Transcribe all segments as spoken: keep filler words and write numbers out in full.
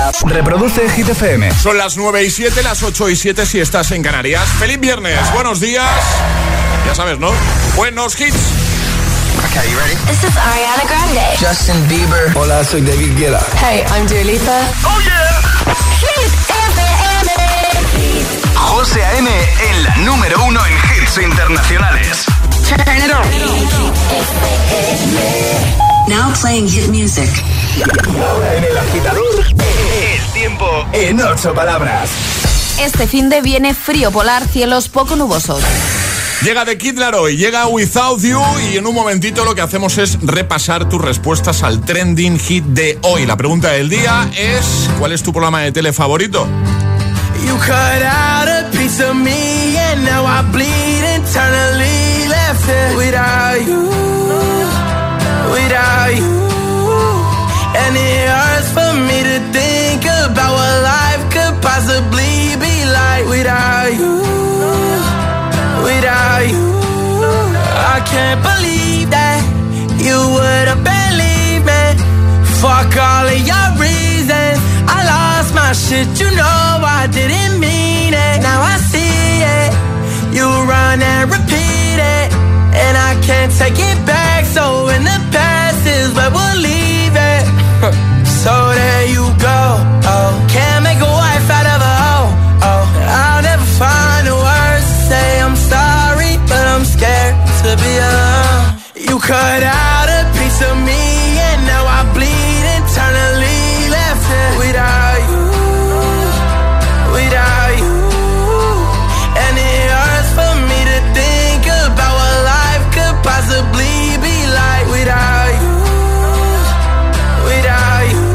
Reproduce Hit F M. Son las nueve y siete, las ocho y siete si estás en Canarias. ¡Feliz viernes! Buenos días. Ya sabes, ¿no? Buenos hits. Okay, you ready? This is Ariana Grande. Justin Bieber. Hola, soy David Guetta. Hey, I'm Dua Lipa. ¡Oh, yeah! Hit F M. José A.M. en la número uno en hits internacionales. Turn it on. Now playing hit music. Ahora en El Agitador, el tiempo en ocho palabras. Este finde viene frío polar, cielos poco nubosos. Llega The Kid Laroi, llega Without You y en un momentito lo que hacemos es repasar tus respuestas al trending hit de hoy. La pregunta del día es, ¿cuál es tu programa de tele favorito? You cut out a piece of me and now I bleed internally left it without you, without you. And it hurts for me to think about what life could possibly be like without you, without you. I can't believe that you would have believed me. Fuck all of your reasons. I lost my shit, you know I didn't mean it. Now I see it. You run and repeat it, and I can't take it back. So in the past is where we'll leave it. So there you go. Oh, can't make a wife out of a hoe. Oh, I'll never find the words to say I'm sorry, but I'm scared to be alone. You cut out a piece of me, and now I bleed internally left it without you, without you. And it hurts for me to think about what life could possibly be like without you, without you.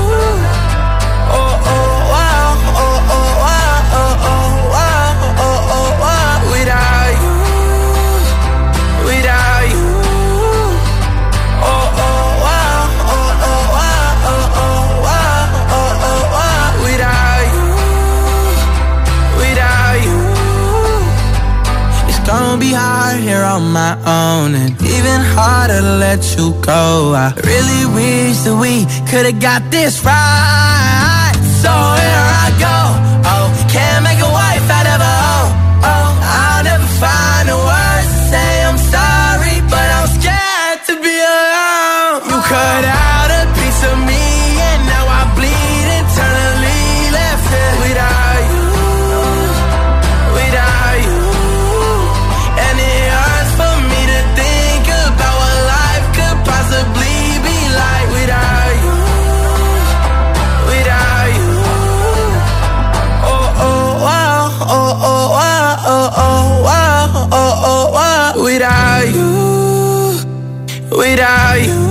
Oh, oh, wow, oh, oh, wow, oh, oh, wow, oh, oh, wow, without you, without you. Oh, oh, wow, oh, oh, wow, oh, oh, wow, oh, oh, wow, without you, without you. It's gonna be hard here on my own, and even harder to let you go. I really wish that we could've got this right. So here I go. Oh, can't make a wife out of a hoe. Oh, I'll never find the words to say I'm sorry, but I'm scared to be alone. You cut out a piece of me, and now I bleed internally left it without you, without you. And it hurts for me to think about what life could possibly be like without you, without you. Oh, oh, wow, oh, oh, wow, oh, oh, wow, oh, oh, wow, without you, without you.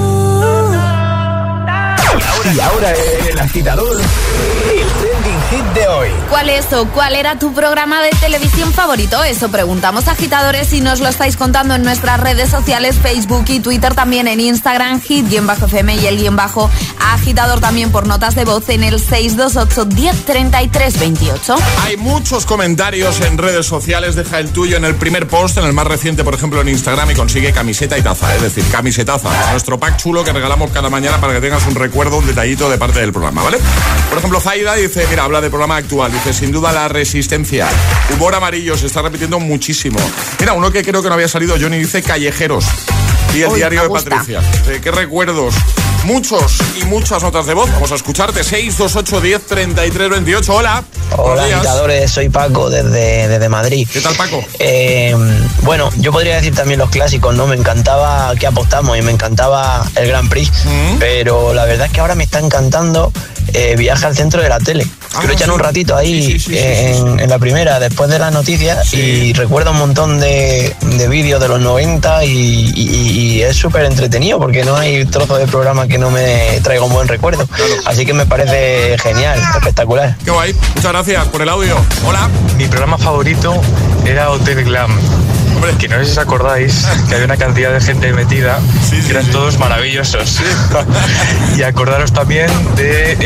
Y ahora en El Agitador, el trending hit de hoy. ¿Cuál es o cuál era tu programa de televisión favorito? Eso preguntamos, agitadores, y nos lo estáis contando en nuestras redes sociales, Facebook y Twitter, también en Instagram, hit-F M y el guión bajo agitador, también por notas de voz en el seis dos ocho, diez, treinta y tres, veintiocho. Hay muchos comentarios en redes sociales, deja el tuyo en el primer post, en el más reciente, por ejemplo, en Instagram, y consigue camiseta y taza, es decir, camisetaza, nuestro pack chulo que regalamos cada mañana para que tengas un recuerdo, un detallito de parte del programa, ¿vale? Por ejemplo, Zaida dice, mira, habla del programa actual, dice, sin duda La Resistencia, humor amarillo, se está repitiendo muchísimo. Mira, uno que creo que no había salido, Johnny, dice Callejeros, y el Uy, diario de gusta. Patricia. Dice, qué recuerdos. Muchos y muchas notas de voz. Vamos a escucharte. seis dos ocho, diez, treinta y tres, veintiocho. Hola. Hola, agitadores, soy Paco desde, desde Madrid. ¿Qué tal, Paco? Eh, bueno, yo podría decir también los clásicos, ¿no? Me encantaba que apostamos y me encantaba el Grand Prix, mm. pero la verdad es que ahora me está encantando eh, Viaje al centro de la tele. Ah, que lo echan sí. un ratito ahí sí, sí, sí, en, sí, sí. en la primera, después de las noticias, sí. y recuerdo un montón de, de vídeos de los noventa y, y, y es súper entretenido porque no hay trozo de programa que no me traiga un buen recuerdo. Claro. Así que me parece genial, espectacular. Qué guay. Muchas gracias por el audio. Hola. Mi programa favorito era Hotel Glam. Hombre, que no sé si os acordáis que había una cantidad de gente metida, sí, sí, que eran sí. todos maravillosos. Sí. Y acordaros también de eh,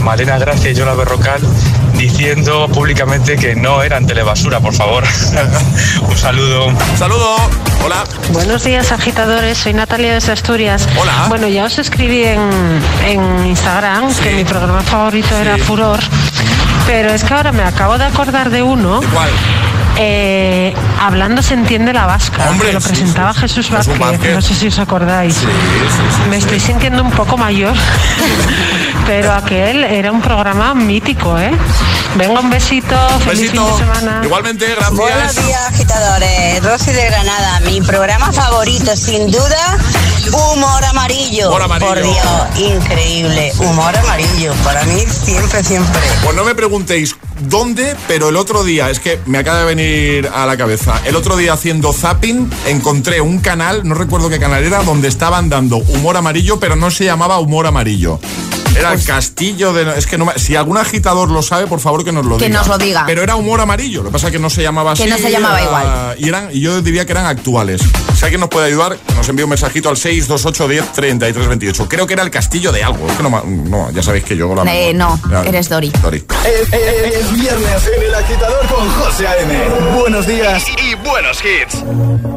Malena Gracia y Yola Berrocal diciendo públicamente que no eran telebasura, por favor. Un saludo. Saludo. Hola. Buenos días, agitadores. Soy Natalia desde Asturias. Hola. Bueno, ya os escribí en, en Instagram sí. que mi programa favorito sí. era Furor, pero es que ahora me acabo de acordar de uno. ¿De cuál? Eh, hablando se entiende la vasca. Hombre, que lo sí, presentaba sí, Jesús sí. Vázquez, Vázquez. No sé si os acordáis. Sí, sí, sí, me sí. estoy sintiendo un poco mayor. Pero aquel era un programa mítico, ¿eh? Venga, un besito, feliz besito. fin de semana. Igualmente, gracias. Buenos días, agitadores. Rosy de Granada. Mi programa favorito, sin duda, Humor Amarillo. Humor Amarillo. Por Dios, increíble. Humor Amarillo. Para mí, siempre, siempre. Pues no me preguntéis dónde, pero el otro día, es que me acaba de venir a la cabeza, el otro día haciendo zapping, encontré un canal, no recuerdo qué canal era, donde estaban dando Humor Amarillo, pero no se llamaba Humor Amarillo. Era pues, el castillo de... Es que no, si algún agitador lo sabe, por favor que nos lo que diga. Que nos lo diga. Pero era Humor Amarillo, lo que pasa es que no se llamaba así. Que no se llamaba era, igual. Y, eran, y yo diría que eran actuales. Si alguien nos puede ayudar, nos envía un mensajito al seis dos ocho uno cero treinta y tres veintiocho. Creo que era el castillo de algo. Es que no, no, ya sabéis que yo... La eh, no, ya, eres Dori. Dori. Es, es, es viernes en El Agitador con José A M. Buenos días y, y buenos hits.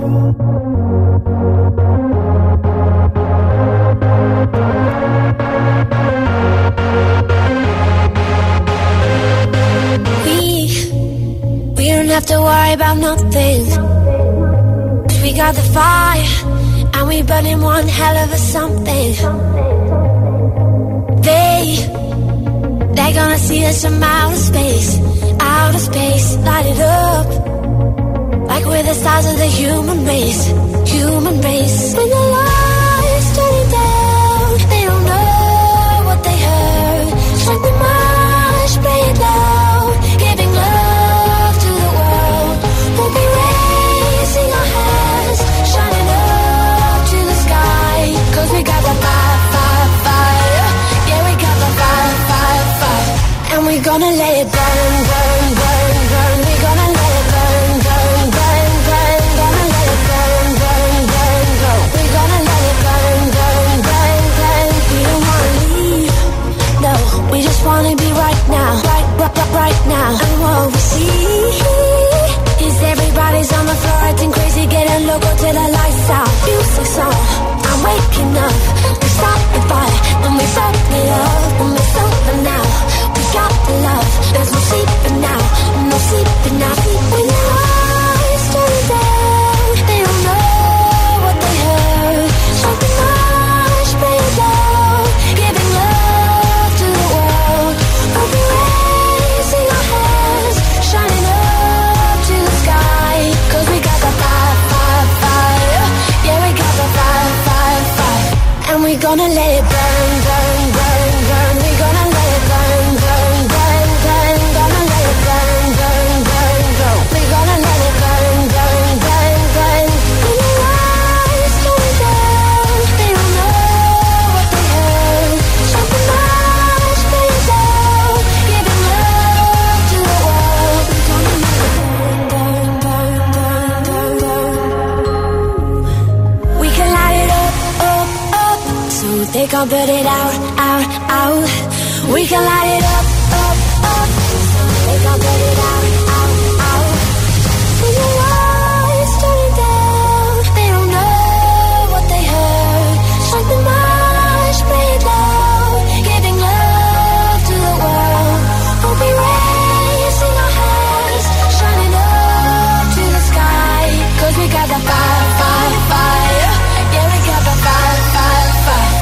We don't have to worry about nothing. We got the fire, and we burning one hell of a something. They, they're gonna see us from outer space, outer space, light it up. Like we're the stars of the human race, human race. When the lights turn down, they don't know what they heard. Strike the march, play it loud, giving love to the world. We'll be raising our hands, shining up to the sky. Cause we got the fire, fire, fire. Yeah, we got the fire, fire, fire. And we're gonna let it burn, burn, burn, burn. We're gonna let it burn, burn, burn, burn. Gonna let it burn, burn, burn, burn. We're gonna let it burn, burn, burn, burn. We don't wanna leave, no. We just wanna be right now, right, right, right, right now. And what we see is everybody's on the floor acting crazy, getting loco till the lights out. Music's on, I'm waking up. We start the fire, and we burn it up. And we're sober now, we got the love. There's no sleeping now, no sleeping now. When the lights turn down, they don't know what they heard. Something much better, giving love to the world. We'll be raising our hands, shining up to the sky. Cause we got the fire, fire, fire. Yeah, we got the fire, fire, fire. And we're gonna let it burn, burn, burn, burn. We're gonna let it burn, burn, burn, burn. Gonna let it burn, burn, burn, burn. We're gonna let it burn, burn, burn, burn. When the lights turn down, they don't know what they heard. Something much better, giving love to the world. We're gonna let it burn, burn, burn, burn, burn, burn. We can light it up, up, up, so they can't put it out, out, out. We can light it up, up, up, so they can't put it out, out, out. When the lights turn down, they don't know what they heard. Something much better, giving love to the world. We'll be raising our hands, shining up to the sky. Cause we got the fire, fire, fire. Yeah, we got the fire, fire, fire.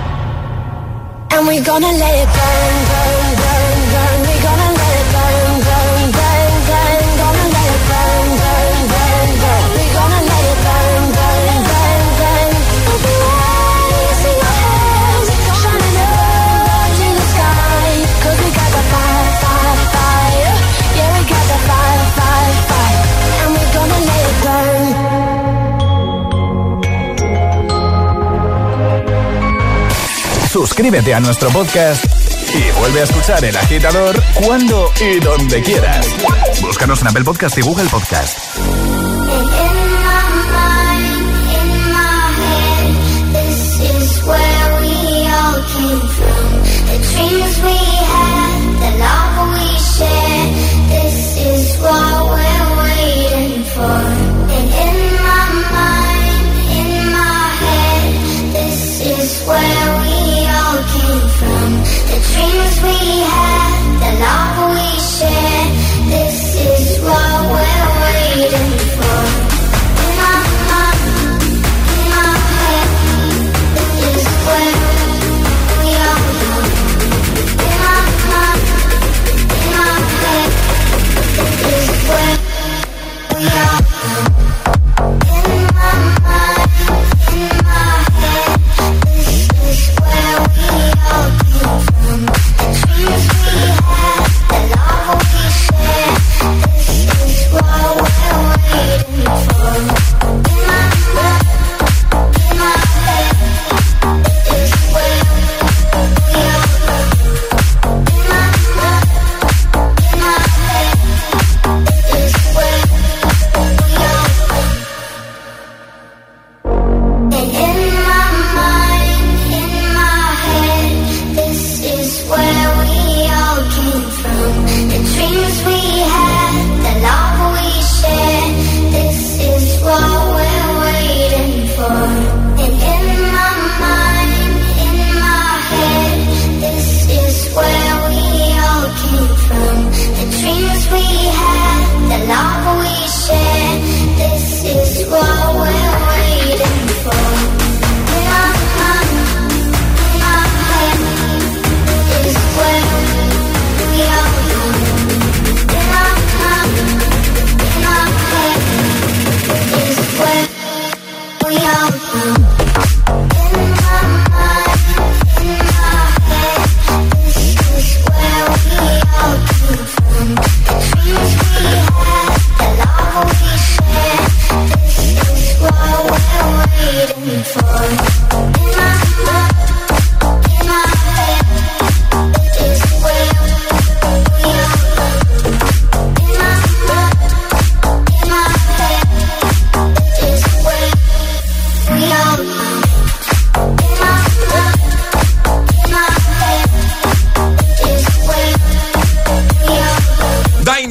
And we're gonna let it burn, burn, burn, burn. We're gonna let it burn, burn, burn, burn. Gonna let it burn, burn, burn, burn. We're gonna let it burn, burn, burn, burn. We'll be raising our hands, shining up to the sky. Cause we got the fire, fire, fire. Yeah, we got the fire, fire, fire. And we're gonna let it burn. Suscríbete a nuestro podcast y vuelve a escuchar El Agitador cuando y donde quieras. Búscanos en Apple Podcast y Google Podcast. This is where we all came from. The dreams we had.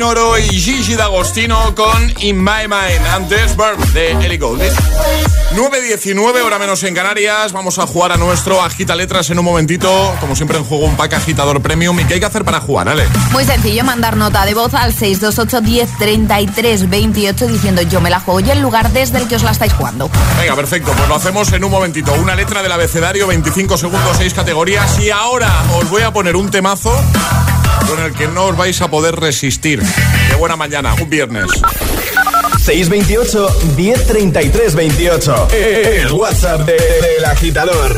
Noro y Gigi D'Agostino con In My Mind. Antes, Burn de Ellie Goulding. nueve diecinueve, hora menos en Canarias. Vamos a jugar a nuestro Agita Letras en un momentito. Como siempre, en juego un pack agitador premium. ¿Y qué hay que hacer para jugar, Ale? Muy sencillo, mandar nota de voz al seis dos ocho, diez, treinta y tres, veintiocho diciendo yo me la juego y el lugar desde el que os la estáis jugando. Venga, perfecto. Pues lo hacemos en un momentito. Una letra del abecedario, veinticinco segundos, seis categorías. Y ahora os voy a poner un temazo con el que no os vais a poder resistir. Qué buena mañana, un viernes. seis veintiocho, diez, treinta y tres, veintiocho. El WhatsApp de, de, del agitador.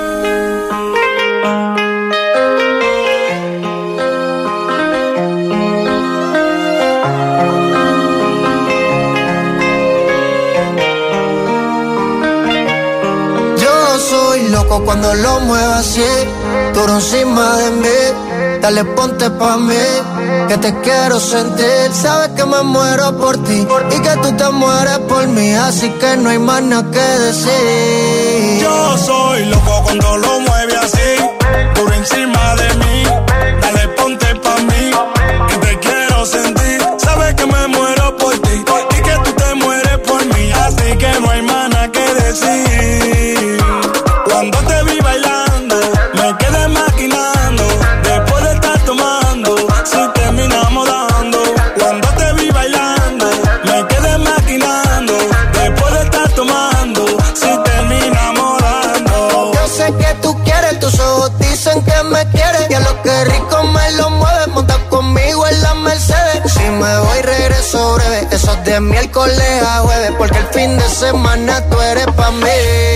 Yo soy loco cuando lo muevo así, duro encima de mí. Dale, ponte pa' mí, que te quiero sentir. Sabes que me muero por ti y que tú te mueres por mí, así que no hay más nada que decir. Yo soy loco cuando lo mueve así, por encima de mí. Dale, ponte pa' mí, que te quiero sentir. Sabes que me muero por ti y que tú te mueres por mí, así que no hay más nada que decir. Cuando te vi bailando, me quedé maquinando. Después de estar tomando, si terminamos dando. Cuando te vi bailando, me quedé maquinando. Después de estar tomando, si terminamos dando. Yo sé que tú quieres, tus ojos dicen que me quieres. Y a lo que rico me lo mueves, monta conmigo en la Mercedes. Si me voy regreso breve, eso es de miércoles a jueves, porque el fin de semana tú eres pa' mí.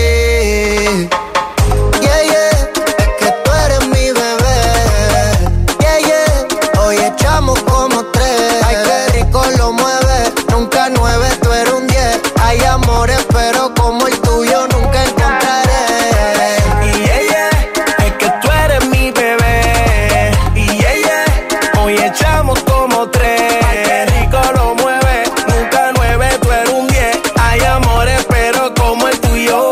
Yeah, yeah, es que tú eres mi bebé. Yeah, yeah, hoy echamos como tres. Ay, qué rico lo mueve, nunca nueve, tú eres un diez. Hay amores, pero como el tuyo nunca encontraré. Y yeah, yeah, es que tú eres mi bebé. Y yeah, yeah, hoy echamos como tres. Ay, qué rico lo mueve, nunca nueve, tú eres un diez. Hay amores, pero como el tuyo.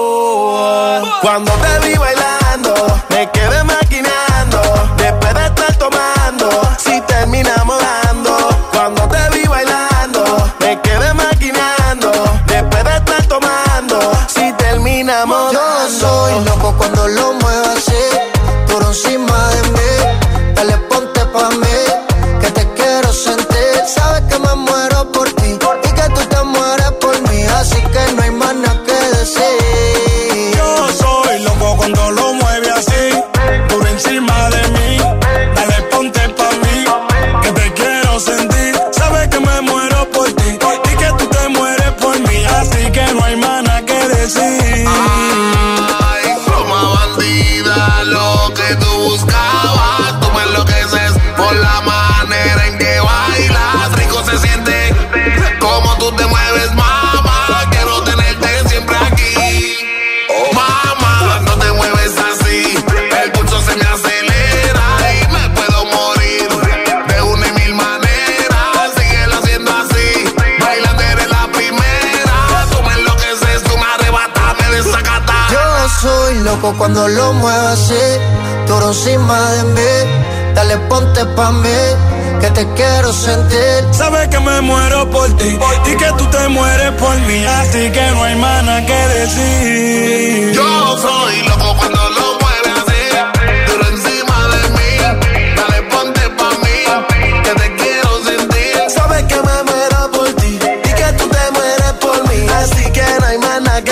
Cuando te vi bailando, me quedé maquinando. Después de estar tomando, si terminamos dando. Cuando te vi bailando, me quedé maquinando. Después de estar tomando, si terminamos Yo dando. soy loco cuando lo muevo así, duro encima de mí. Dale, ponte pa' mí, que te quiero sentir. Sabes que me muero por ti y que tú te mueres por mí, así que no hay más nada que decir. Yo soy loco cuando lo mueve así, por encima de mí. Dale, ponte pa' mí, que te quiero sentir. Sabes que me muero por ti y que tú te mueres por mí, así que no hay más nada que decir. Ay, pluma bandida, lo que tú buscabas. Tú me enloqueces por la manera en que bailas. Rico se siente como tú te mueves, mamá. Quiero tenerte siempre aquí. Mamá, no te mueves así, el pulso se me acelera y me puedo morir de una y mil maneras. Síguelo haciendo así, bailando eres la primera. Tú me enloqueces, tú me arrebatas, me desacatas. Yo soy loco cuando lo muevo así, duro encima de mí. Dale, ponte pa' mí, que te quiero sentir. Sabes que me muero por ti y que tú te mueres por mí, así que no hay más nada que decir. Yo soy loco cuando lo mueve así, duro encima de mí. Dale, ponte pa' mí, que te quiero sentir. Sabes que me muero por ti y que tú te mueres por mí, así que no hay más nada que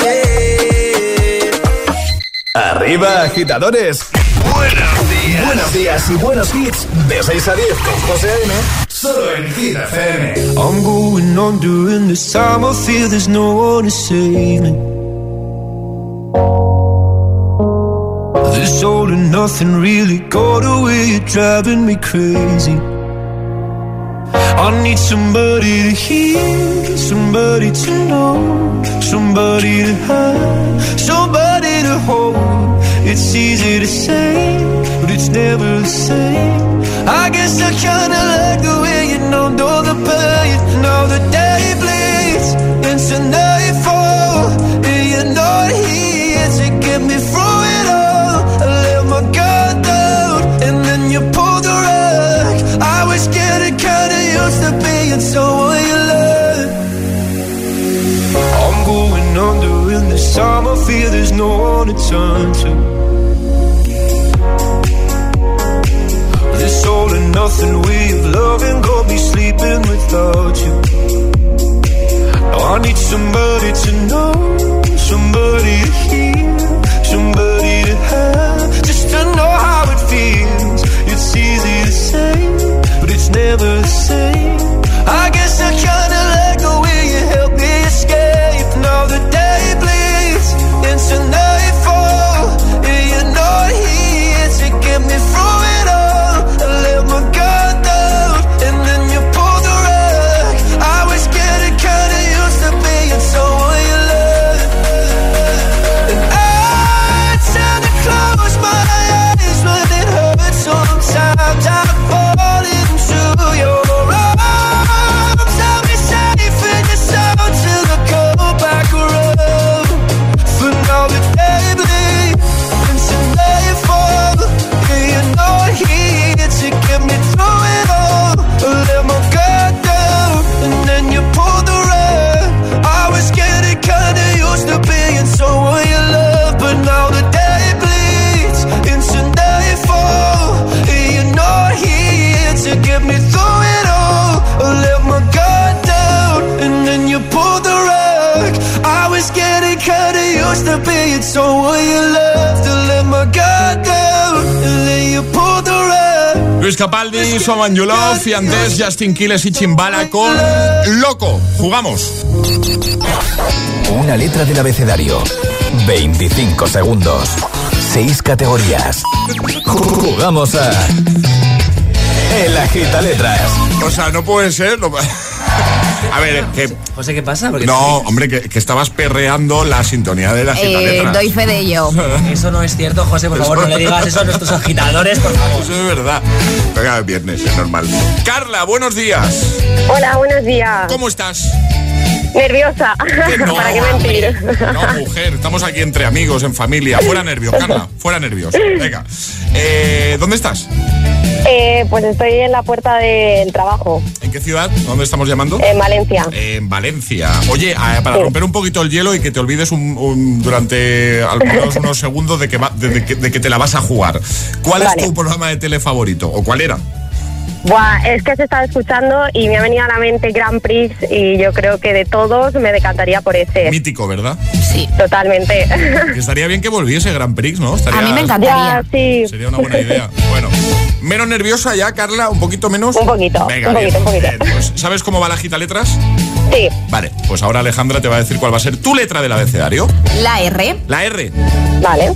decir. Arriba, agitadores. Buenos días. Buenos días y buenos hits. De seis a diez con José A M. Solo en Hit F M. I'm going on during this time. I feel there's no one to save me. This all and nothing really got away. You're driving me crazy. I need somebody to hear, somebody to know, somebody to have, somebody to hold. It's easy to say, but it's never the same. I guess I kinda like the way you know, know the pain. Now the day bleeds into nightfall, and you're not here to get me through it all. I let my guard down, and then you pulled the rug. I was getting kinda and so will your love. I'm going under in this time. I fear there's no one to turn to. This all and nothing way of loving got me sleeping without you. Now I need somebody to know, somebody to hear, somebody to have, just to know how it feels. It's easy to say, but it's never the same. I guess I kinda like the way you help me escape. Now the day bleeds into nightfall, and you're not here to get me through it all. I let my guard down, and then you pulled the rug. I was getting kinda used to being someone you love, and I tend to close my eyes when it hurts. Sometimes I fall into your arms. I'll be safe in the sun till I go back around. For now the day bleeds into nightfall, and you're not here to get me through it all. I let my guard down, and then you pulled the rug. I was getting kinda used to being someone you love, but now the day bleeds into nightfall, and you're not here to get me through it all. I let my guard down, and then you pulled the rug. I was getting kinda used to being someone you love. To let my guard down, and then you pulled the rug. Luis Capaldi, Someone You Love, y antes Justin Quiles y Chimbala con Loco. Jugamos. Una letra del abecedario, veinticinco segundos, seis categorías. Jugamos a El Agitaletras. O sea, no puede ser. No... A ver, que... José, ¿qué pasa? Porque no, hombre, que, que estabas perreando la sintonía de la agitaletras. Eh, doy fe de ello. Eso no es cierto, José, por favor, no le digas eso a nuestros agitadores, por favor. Eso es verdad. Venga, es viernes, es normal. Carla, buenos días. Hola, buenos días. ¿Cómo estás? Nerviosa. No, ¿Para qué mentir? No, mujer, estamos aquí entre amigos, en familia. Fuera nervios, Carla, fuera nervios. Venga. Eh, ¿Dónde estás? Eh, pues estoy en la puerta del trabajo. ¿En qué ciudad? ¿Dónde estamos llamando? En Valencia. Eh, en Valencia. Oye, eh, para sí. romper un poquito el hielo y que te olvides un, un, durante al menos unos segundos de que, va, de, de, de, de que te la vas a jugar. ¿Cuál vale. es tu programa de tele favorito? ¿O cuál era? Buah, es que se estaba escuchando y me ha venido a la mente Grand Prix y yo creo que de todos me decantaría por ese. Mítico, ¿verdad? Sí. Totalmente. Que estaría bien que volviese Grand Prix, ¿no? Estaría, a mí me encantaría. Ya, sí. Sería una buena idea. Bueno, ¿menos nerviosa ya, Carla? ¿Un poquito menos? Un poquito, Venga, un poquito, bien. un poquito. Bien, pues, ¿sabes cómo va la agitaletras? Sí. Vale, pues ahora Alejandra te va a decir cuál va a ser tu letra del abecedario. La R. La R. Vale.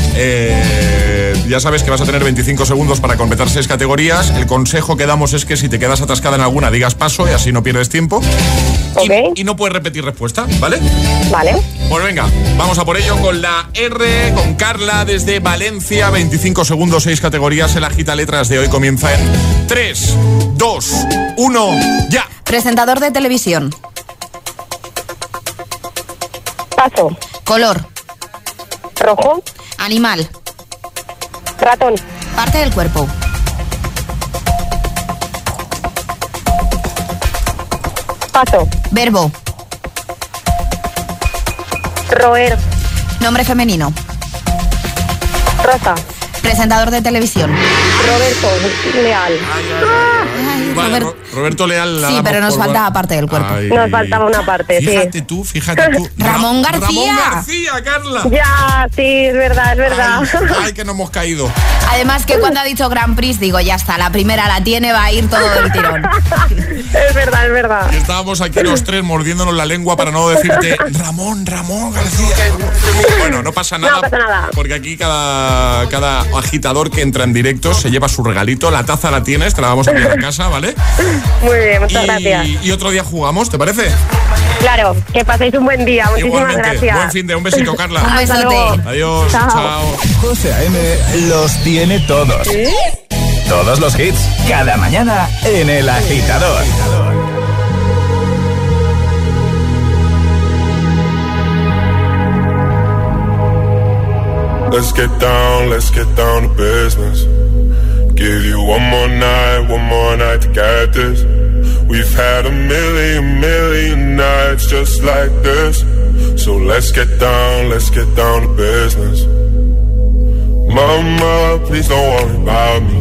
Eh, ya sabes que vas a tener veinticinco segundos para completar seis categorías. El consejo que damos es que si te quedas atascada en alguna digas paso y así no pierdes tiempo. Okay. Y, y no puedes repetir respuesta, ¿vale? Vale. Pues venga, vamos a por ello con la R, con Carla desde Valencia. veinticinco segundos, seis categorías. El Agitaletras de hoy comienza en tres, dos, uno, ya. Presentador de televisión. Paso. Color. Rojo. Animal. Ratón. Parte del cuerpo. Paso. Verbo. Roer. Nombre femenino. Rosa. Presentador de televisión. Roberto Leal. Ay, vale, Robert... Ro- Roberto Leal. Sí, pero nos faltaba parte del cuerpo. Ay. Nos faltaba una parte, Fíjate sí. tú, fíjate tú. Ramón García. Ramón García, Carla. Ya, sí, es verdad, es verdad. Ay, ay, que no hemos caído. Además que cuando ha dicho Grand Prix, digo, ya está, la primera la tiene, va a ir todo del tirón. Es verdad, es verdad. Y estábamos aquí los tres mordiéndonos la lengua para no decirte Ramón, Ramón García. Bueno, no pasa nada. No pasa nada. Porque aquí cada, cada agitador que entra en directo se lleva su regalito. La taza la tienes, te la vamos a enviar a casa, ¿vale? Muy bien, muchas y, gracias. Y otro día jugamos, ¿te parece? Claro, que paséis un buen día. Muchísimas Igualmente, gracias. buen fin de un besito, Carla. Un Hasta besote. luego. Adiós, Chao. chao. José A M los tiene todos. ¿Sí? Todos los hits, cada mañana en El Agitador. Let's get down, let's get down to business. Give you one more night, one more night to get this. We've had a million, million nights just like this. So let's get down, let's get down to business. Mama, please don't worry about me.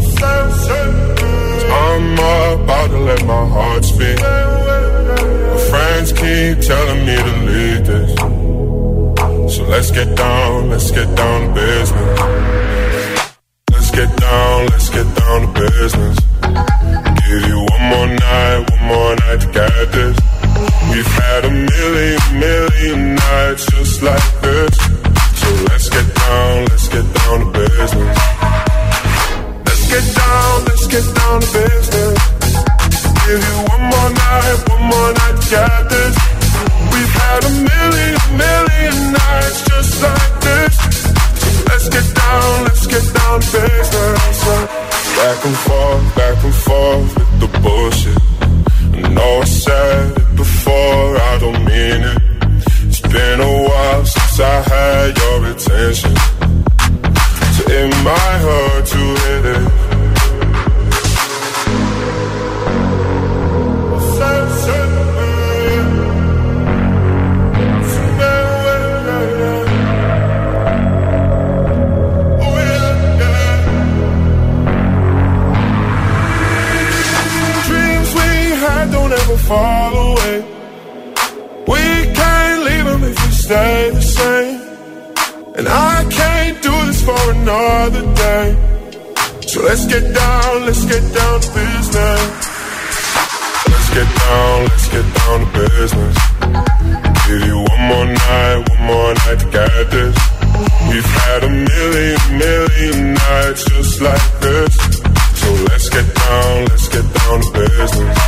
I'm about to let my heart speak. My friends keep telling me to leave this. So let's get down, let's get down to business. Let's get down, let's get down to business. Give you one more night, one more night to get this. We've had a million, million nights just like this. So let's get down, let's get down to business. Let's get down, let's get down to business. Give you one more night, one more night to get this. We've had a million, million nights just like this. So let's get down, let's get down to business. Back and forth, back and forth with the bullshit. I know I said it before, I don't mean it. It's been a while since I had your attention. So it might hurt to hit it. Fall away. We can't leave them if we stay the same. And I can't do this for another day. So let's get down, let's get down to business. Let's get down, let's get down to business. Give you one more night, one more night to get this. We've had a million, million nights just like this. So let's get down, let's get down to business.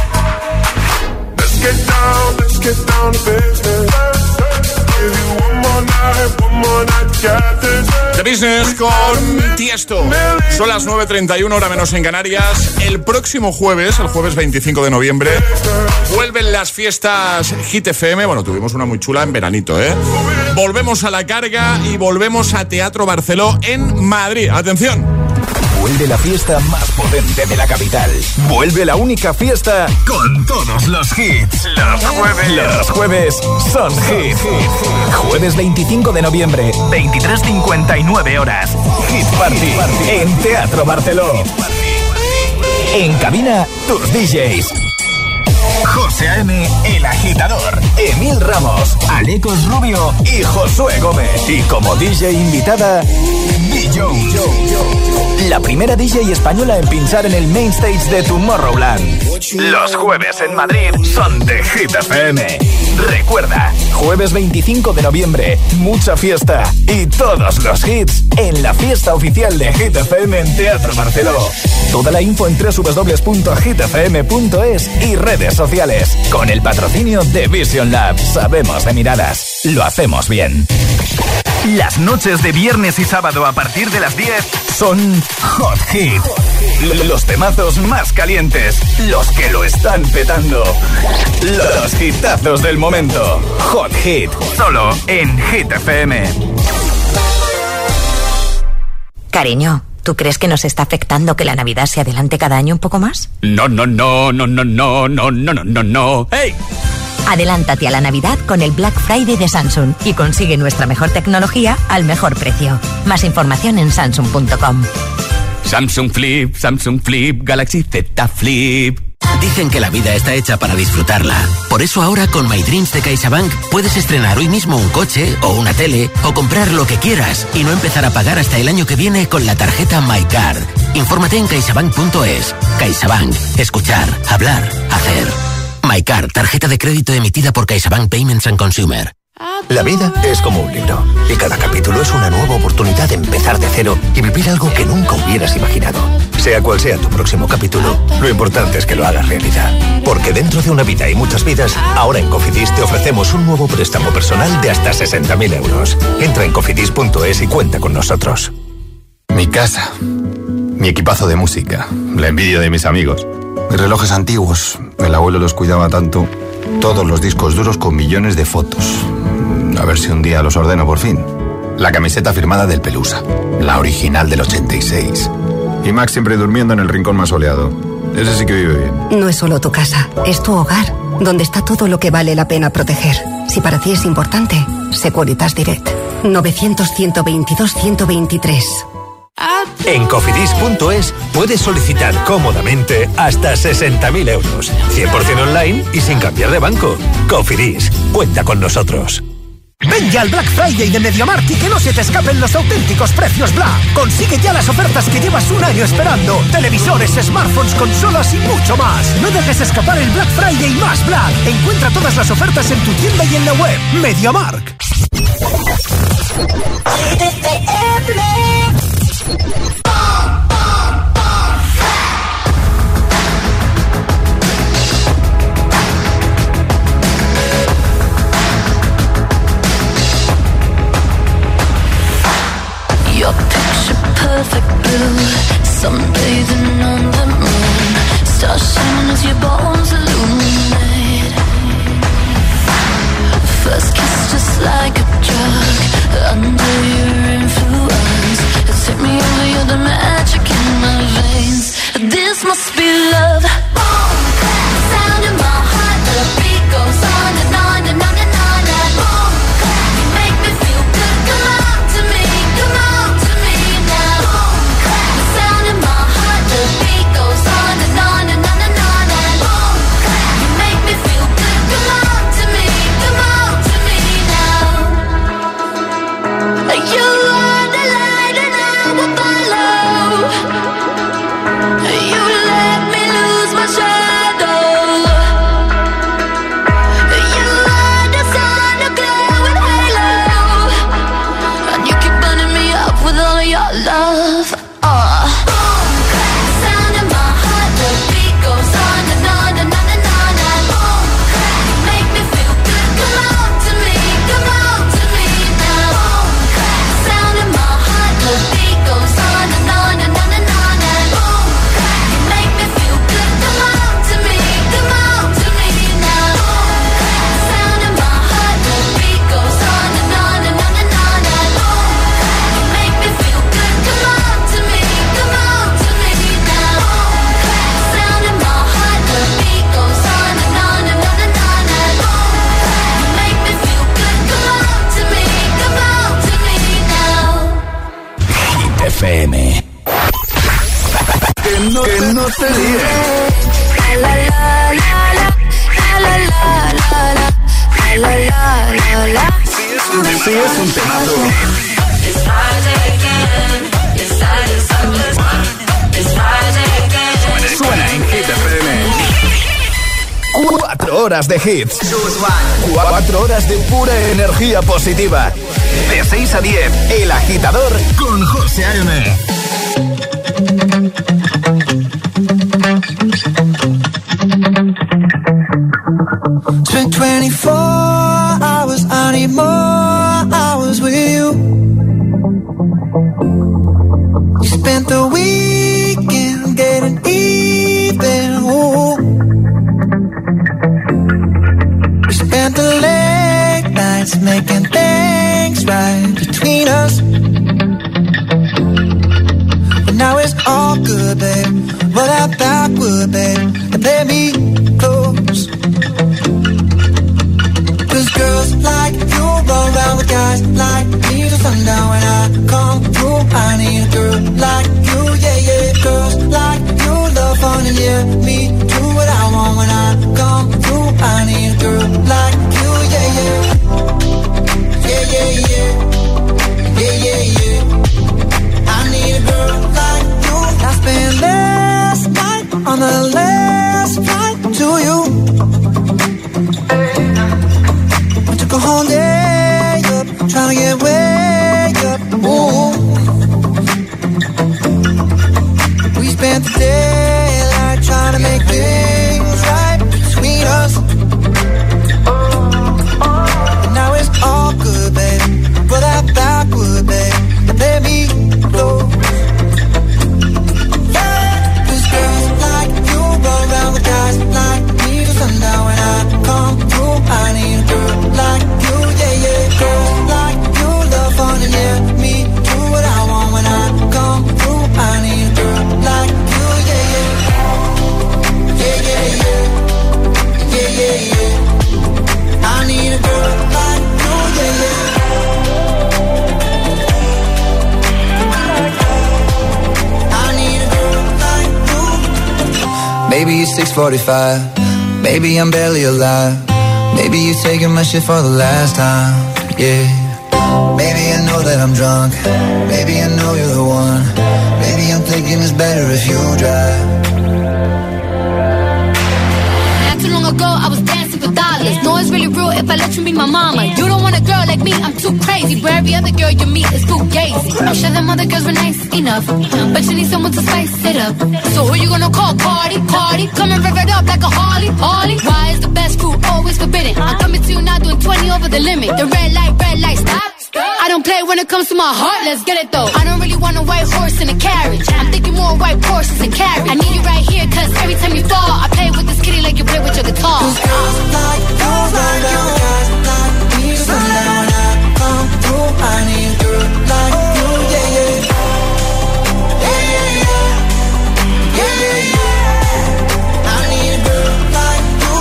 Let's get down, let's get down to business. Give you one more night, one more night to get this. The Business con Tiesto. Son las nueve treinta y uno, hora menos en Canarias. El próximo jueves, el jueves veinticinco de noviembre, vuelven las fiestas Hit F M. Bueno, tuvimos una muy chula en veranito, ¿eh? Volvemos a la carga y volvemos a Teatro Barceló en Madrid. ¡Atención! Vuelve la fiesta más potente de la capital. Vuelve la única fiesta con todos los hits. Los jueves. Los jueves son hit. Jueves veinticinco de noviembre, veintitrés cincuenta y nueve horas. Hit Party en Teatro Barceló. En cabina, tus D Js. José A M, El Agitador, Emil Ramos, Alecos Rubio y Josué Gómez. Y como D J invitada, B. Jones. La primera D J española en pinchar en el main stage de Tomorrowland. Los jueves en Madrid son de Hit F M. Recuerda, jueves veinticinco de noviembre, mucha fiesta y todos los hits en la fiesta oficial de Hit F M en Teatro Barceló. Toda la info en doble u doble u doble u punto hit f m punto es y redes sociales. Con el patrocinio de Vision Lab. Sabemos de miradas, lo hacemos bien. Las noches de viernes y sábado a partir de las diez son Hot Hit. Los temazos más calientes, los que lo están petando. Los hitazos del momento. Hot Hit, solo en Hit F M. Cariño, ¿tú crees que nos está afectando que la Navidad se adelante cada año un poco más? No, no, no, no, no, no, no, no, no, no, no. ¡Hey! Adelántate a la Navidad con el Black Friday de Samsung y consigue nuestra mejor tecnología al mejor precio. Más información en samsung punto com. Samsung Flip, Samsung Flip, Galaxy Z Flip. Dicen que la vida está hecha para disfrutarla. Por eso ahora con My Dreams de CaixaBank puedes estrenar hoy mismo un coche o una tele o comprar lo que quieras y no empezar a pagar hasta el año que viene con la tarjeta MyCard. Infórmate en caixabank punto es. CaixaBank. Escuchar, hablar, hacer. MyCard, tarjeta de crédito emitida por CaixaBank Payments and Consumer. La vida es como un libro y cada capítulo es una nueva oportunidad de empezar de cero y vivir algo que nunca hubieras imaginado. Sea cual sea tu próximo capítulo, lo importante es que lo hagas realidad. Porque dentro de una vida y muchas vidas, ahora en Cofidis te ofrecemos un nuevo préstamo personal de hasta sesenta mil euros. Entra en cofidis punto es y cuenta con nosotros. Mi casa, mi equipazo de música, la envidia de mis amigos, mis relojes antiguos, el abuelo los cuidaba tanto, todos los discos duros con millones de fotos. A ver si un día los ordeno por fin. La camiseta firmada del Pelusa, la original del ochenta y seis. Y Max siempre durmiendo en el rincón más soleado. ese sí que vive bien. No es solo tu casa, es tu hogar, donde está todo lo que vale la pena proteger. Si para ti es importante, Securitas Direct. novecientos, ciento veintidós, ciento veintitrés. En cofidis punto es puedes solicitar cómodamente hasta sesenta mil euros. cien por ciento online y sin cambiar de banco. Cofidis, cuenta con nosotros. Ven ya al Black Friday de MediaMarkt y que no se te escapen los auténticos precios Black. Consigue ya las ofertas que llevas un año esperando. Televisores, smartphones, consolas y mucho más. No dejes escapar el Black Friday más Black. Encuentra todas las ofertas en tu tienda y en la web. MediaMarkt. Your picture perfect blue, sunbathing on the moon, stars shining as your bones illuminate. First kiss just like a drug, under your influence, take me over, you're the magic in my veins. This must be love. Boom, sound in my heart, the beat goes on and on and on and on and boom, you make me feel good. Come on to me, come on to me now. Boom, the sound in my heart, the beat goes on and on and on and on and boom, you make me feel good. Come on to me, come on to me now. You are the light and I will follow. You let me lose my shadow. You are the sun, a glowing halo, and you keep burning me up with all your love. Uh. Sound in my heart, the beat goes on and on and on and on and boom, you make me feel good. Come on to me, come on to me now. Sound in my heart, the beat goes on and on and on and on and boom, you make me feel good. Come on to me, come on to me now. Sound in my heart, the beat goes on and on and on and on and boom, you make me feel good. Come on to me, come on to me now. Sound in my heart, the beat goes on and on and on and on and boom, you make me feel good. Come on to me, come on to me now. Hit F M. Que no, que no te líes. La la la la, la la la la la, la la la la. Sí, es un temazo. It's Friday again. It's Friday something. It's Friday again. Suena en Hit F M. Cuatro horas de hits. Cuatro horas de pura energía positiva. De seis a diez, El Agitador con José A M. Spent twenty-four hours, I need more hours with you. You spent the weekend getting even. Ooh. We spent the late nights making things right between us. But now it's all good, babe. Roll that backward, babe, and play me close. Cause girls like you run around with guys like me till sundown. When I come through, I need a girl like you, yeah, yeah. Girls like you love fun and yeah, me do what I want. When I come through, I need a girl like you, yeah, yeah. Yeah, yeah, yeah. Yeah, yeah, yeah. I need a girl like you. I spent last night on the last flight to you. I took a whole day up, trying to get way up. Ooh. We spent the daylight trying to make things right between us. And now it's all good, babe. Roll that backward, babe, and let me close. Yeah, 'cause girls like you Maybe it's six forty-five. Maybe I'm barely alive. Maybe you're taking my shit for the last time. Yeah. Maybe I know that I'm drunk. Maybe I know you're the one. Maybe I'm thinking it's better if you drive. Not too long ago, I was dancing for dollars. No, it's really real if I let you be my mama. You don't want a girl like me, I'm too crazy. Where every other girl you meet is too gazy. I'm sure them other girls were nice enough, but you need someone to spice it up. So who you gonna call? Cardi, Cardi. Come and rev it up like a Harley, Harley. Why is the best food always forbidden? I'm coming to you now doing twenty over the limit. The red light, red light, stop. I don't play when it comes to my heart, let's get it though. I don't really want a white horse in a carriage. I'm thinking more white horses and carriage. I need you right here, cause every time you fall, I play with this kitty like you play with your guitar. Cause girls like you, like you, guys like me. So now when I come through, I need a girl like you, yeah, yeah. Yeah, yeah, yeah. Yeah, yeah, yeah. I need a girl like you.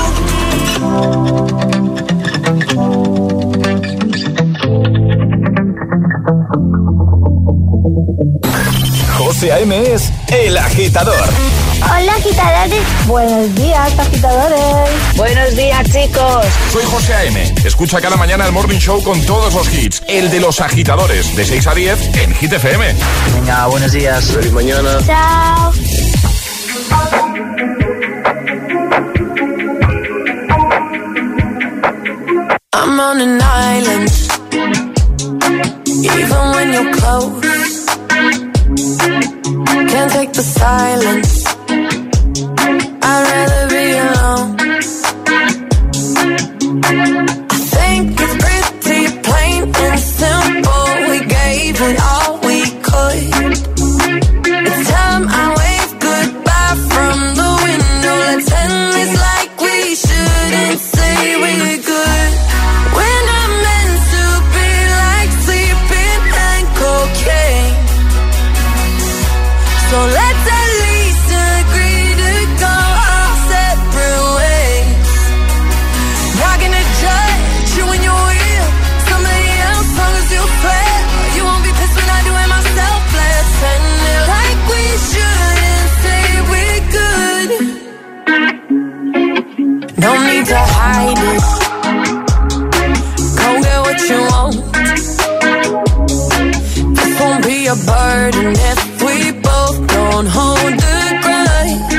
José A M es El Agitador. Hola, agitadores. Buenos días, agitadores. Buenos días, chicos. Soy José A M. Escucha cada mañana el Morning Show con todos los hits. El de los agitadores, de seis a diez en Hit F M. Venga, buenos días. Feliz mañana. Chao. I'm on an island. Even when you're close, can't take the silence. I'd rather be alone. I think it's pretty plain and simple. We gave it all we could. It's time I wave goodbye from the window. Let's end this like we shouldn't say we're good. We're not meant to be like sleeping and cocaine. So let's at least agree to go our separate ways. Not gonna judge you when you're real. Somebody else, long as you fair. You won't be pissed when I do it myself. Let's end it like we shouldn't say we're good. No need to hide it. Go get what you want. This won't be a burden if we both don't hold the grudge.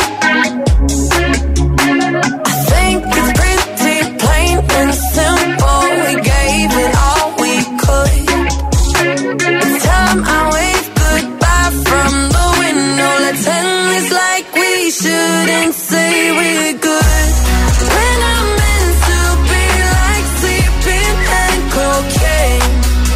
I think it's pretty plain and simple. We gave it all we could. It's time I wave goodbye from the window. Let's end this like we shouldn't say we're good. We're not meant to be like sleeping and cocaine.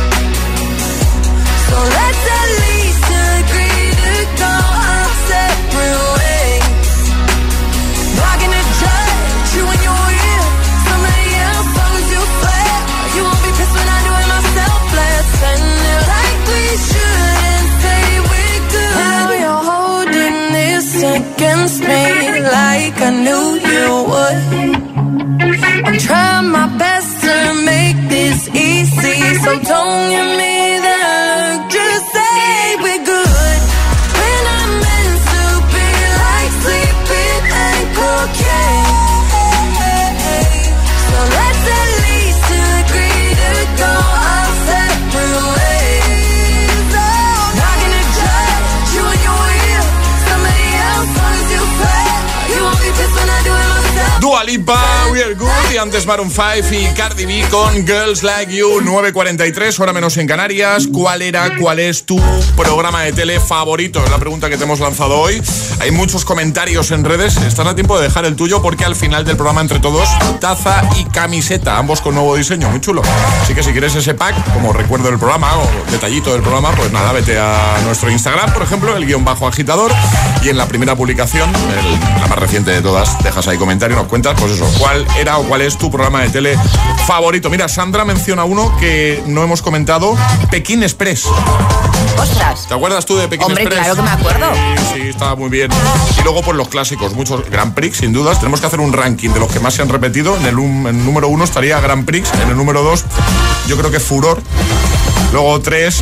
So let's at least agree to go our separate ways. Not gonna judge you when you're real. Somebody else, long as you fair. You won't be pissed when I do it myself. Let's end it like we shouldn't say we're good. Now you're holding this against me like I knew you would. I'm trying my best to make this easy, so don't give me that look. Just say we're good. We're not meant to be like sleeping and cocaine. So let's at least agree to go our separate ways. Not gonna judge you when you're real. Somebody else, long as you fair. You won't be pissed when I do it myself. Dua Lipa, We're Good, y antes Maroon cinco y Cardi B con Girls Like You. Nueve cuarenta y tres, hora menos en Canarias. ¿Cuál era, cuál es tu programa de tele favorito? Es la pregunta que te hemos lanzado hoy. Hay muchos comentarios en redes. Están a tiempo de dejar el tuyo porque al final del programa, entre todos, taza y camiseta, ambos con nuevo diseño, muy chulo. Así que si quieres ese pack, como recuerdo del programa o detallito del programa, pues nada, vete a nuestro Instagram, por ejemplo, el guión bajo agitador, y en la primera publicación, el, la más reciente de todas, dejas ahí comentario y nos cuentas, pues eso, cuál cuál era o cuál es tu programa de tele favorito. Mira, Sandra menciona uno que no hemos comentado, Pekín Express. ¡Ostras! ¿Te acuerdas tú de Pekín Hombre, Express? Hombre, claro que me acuerdo. Sí, sí, estaba muy bien. Y luego, pues los clásicos, muchos Grand Prix, sin dudas. Tenemos que hacer un ranking de los que más se han repetido. En el, en el número uno estaría Grand Prix. En el número dos, yo creo que Furor. Luego tres,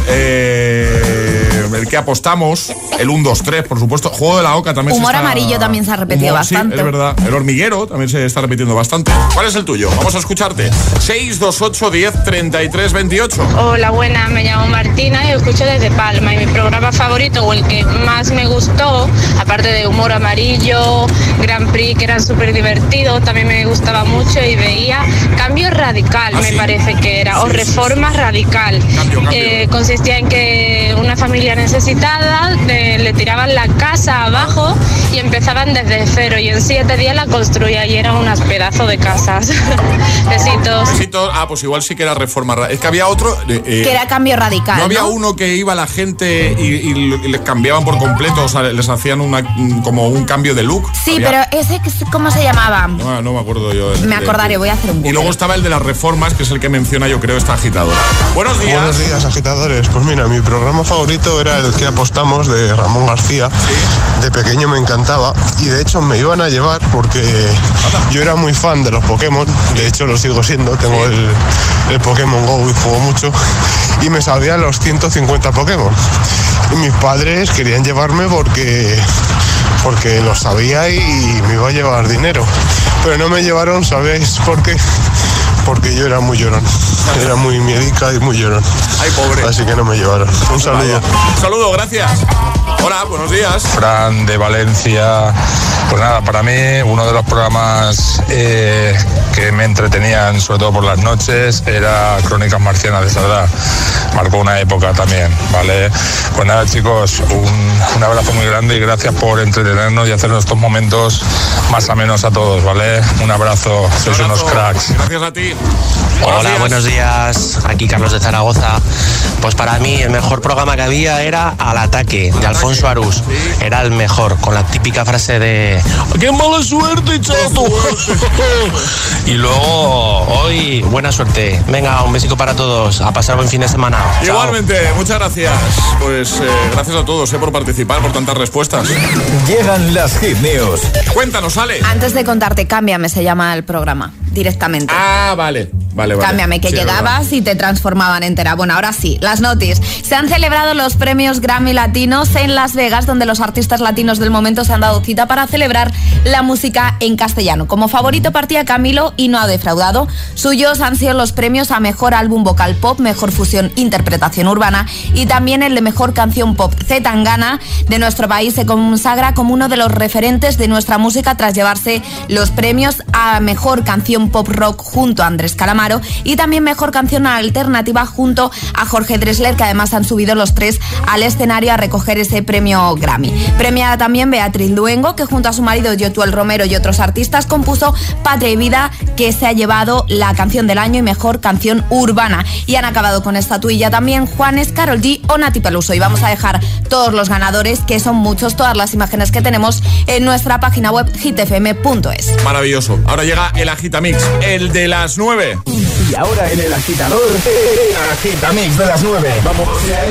eh, el que apostamos, el uno, dos, tres, por supuesto. Juego de la Oca también. Humor se está... amarillo también se ha repetido Humor, bastante. Sí, es verdad. El hormiguero también se está repitiendo bastante. ¿Cuál es el tuyo? Vamos a escucharte. seis dos ocho diez treinta y tres veintiocho. Hola, buena, me llamo Martina y escucho desde Palma. Y mi programa favorito, o el que más me gustó, aparte de Humor Amarillo, Grand Prix, que eran súper divertidos, también me gustaba mucho y veía Cambio Radical, ¿Ah, me sí? parece que era, sí, o Reforma sí, sí. Radical. Cambio, cambio. Eh, consistía en que una familia necesitada de, le tiraban la casa abajo y empezaban desde cero y en siete días la construía y eran unas pedazos de casas. Besitos. Besitos. Ah, pues igual sí que era Reforma Radical. Es que había otro... Eh, que era Cambio Radical, ¿no? Había ¿no? uno que iba la gente y, y, y les cambiaban por completo, o sea, les hacían una, como un cambio de look. Sí, había... pero ese, ¿cómo se llamaba? No, no me acuerdo yo. El, me acordaré, voy a hacer un Google. Y luego estaba el de las reformas, que es el que menciona, yo creo, esta agitadora. Buenos días. Buenos días, agitadores. Pues mira, mi programa favorito era el que apostamos de Ramón García. ¿Sí? De pequeño me encantaba y de hecho me iban a llevar porque yo era muy fan de los Pokémon. De hecho lo sigo siendo, tengo ¿Sí? el, el Pokémon Go y juego mucho. Y me sabían los ciento cincuenta Pokémon. Y mis padres querían llevarme porque, porque lo sabía y me iba a llevar dinero. Pero no me llevaron, ¿sabéis por qué? Porque yo era muy llorón. Era muy miedica y muy llorón. Ay, pobre. Así que no me llevaron. Un saludo. Un saludo, gracias. Hola, buenos días. Fran de Valencia. Pues nada, para mí uno de los programas eh, que me entretenían, sobre todo por las noches, era Crónicas Marcianas de Sardá. Marcó una época también, ¿vale? Pues nada, chicos, un, un abrazo muy grande y gracias por entretenernos y hacernos estos momentos más amenos a todos, ¿vale? Un abrazo, sois unos cracks. Gracias a ti. Hola, buenos días. buenos días. Aquí Carlos de Zaragoza. Pues para mí el mejor programa que había era Al Ataque, de Alfonso Arús. Era el mejor, con la típica frase de ¡qué mala suerte, chato! Y luego, hoy, buena suerte. Venga, un besico para todos. A pasar buen fin de semana. Igualmente, chao. Muchas gracias. Pues eh, gracias a todos eh, por participar, por tantas respuestas. Llegan las Hit News. Cuéntanos, Ale. Antes de contarte, Cámbiame se llama el programa, directamente. Ah, vale. Vale, vale. Cámbiame, que sí, llegabas y te transformaban entera. Bueno, ahora sí, las notis. Se han celebrado los premios Grammy Latinos en Las Vegas, donde los artistas latinos del momento se han dado cita para celebrar la música en castellano. Como favorito partía Camilo y no ha defraudado. Suyos han sido los premios a Mejor Álbum Vocal Pop, Mejor Fusión Interpretación Urbana y también el de Mejor Canción Pop. C. Tangana, de nuestro país, se consagra como uno de los referentes de nuestra música tras llevarse los premios a Mejor Canción Pop Rock junto a Andrés Calamaro y también Mejor Canción Alternativa junto a Jorge Drexler, que además han subido los tres al escenario a recoger ese premio Grammy. Premiada también Beatriz Luengo, que junto a su marido Yotuel Romero y otros artistas compuso Patria y Vida, que se ha llevado la canción del año y Mejor Canción Urbana. Y han acabado con estatuilla también Juanes, Karol G o Nati Peluso. Y vamos a dejar todos los ganadores, que son muchos, todas las imágenes que tenemos en nuestra página web hit f m punto es. Maravilloso. Ahora llega el Agitamix, el de las nueve. Y ahora en el agitador, el Agitamix de las nueve. Vamos.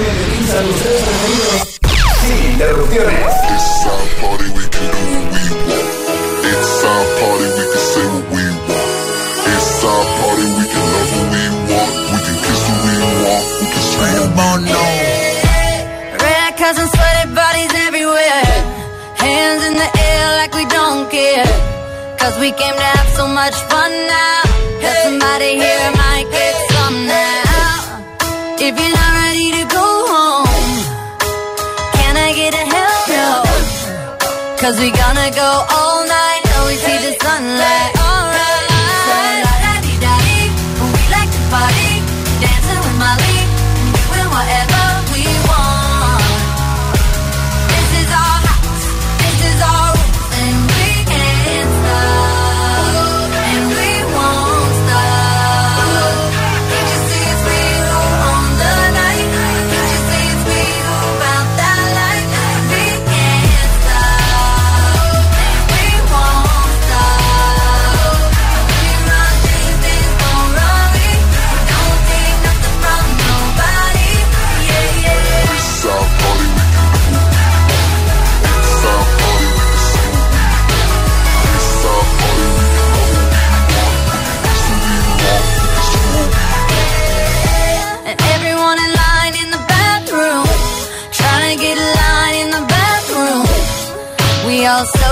Sin interrupciones. It's our party, we can do what we want. It's our party, we can say what we want. It's our party, we can love who we want. We can kiss who we want. We can swing who we want. Red cups and sweaty bodies everywhere. Hands in the air like we don't care. Cause we came to have so much fun now. That somebody here might get some now. If you're not ready to go home, can I get a hell no? Cause we gonna go all night till we see the sunlight. Alright. So la-da-dee-da-dee, we like to party, dancing with Molly, doing whatever we want. This is our house, this is our rules, and we can't stop, and we won't stop. Can't you see it's we who own the night? Can't you see it's we who found that light? We can't stop, and we won't stop.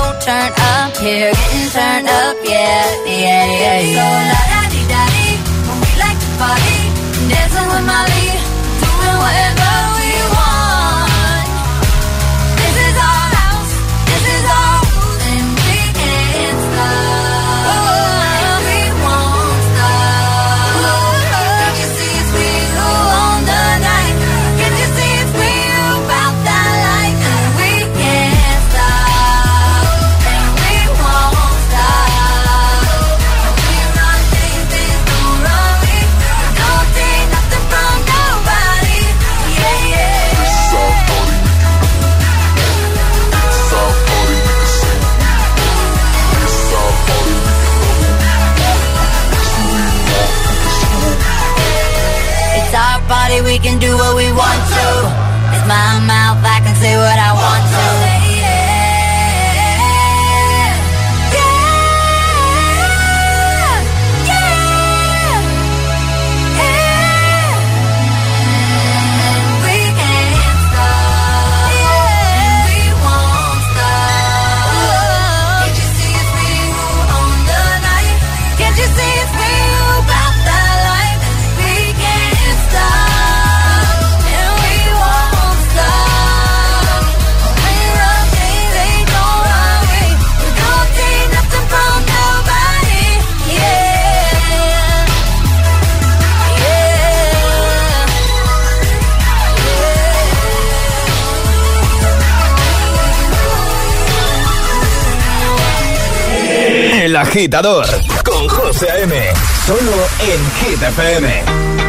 turn up here, getting turned up, yeah, yeah, yeah, yeah. So la-da-dee-da-dee, when we like to party, dancing with Molly, doing whatever we want. This is our house, this is our rules, and we can't stop. And we won't stop. Can't you see it's we who own the night? Can't you see it's we who about that life? And we can't stop. And we won't stop. We run things, things don't run we. Don't take nothing from nobody. Yeah, yeah. This is our party, we can This is our party, we can sing. This is our party, we can It's our party, we can do what we want to. It's my mouth, I can say what I want to. El Agitador con José A.M. Solo en Hit F M.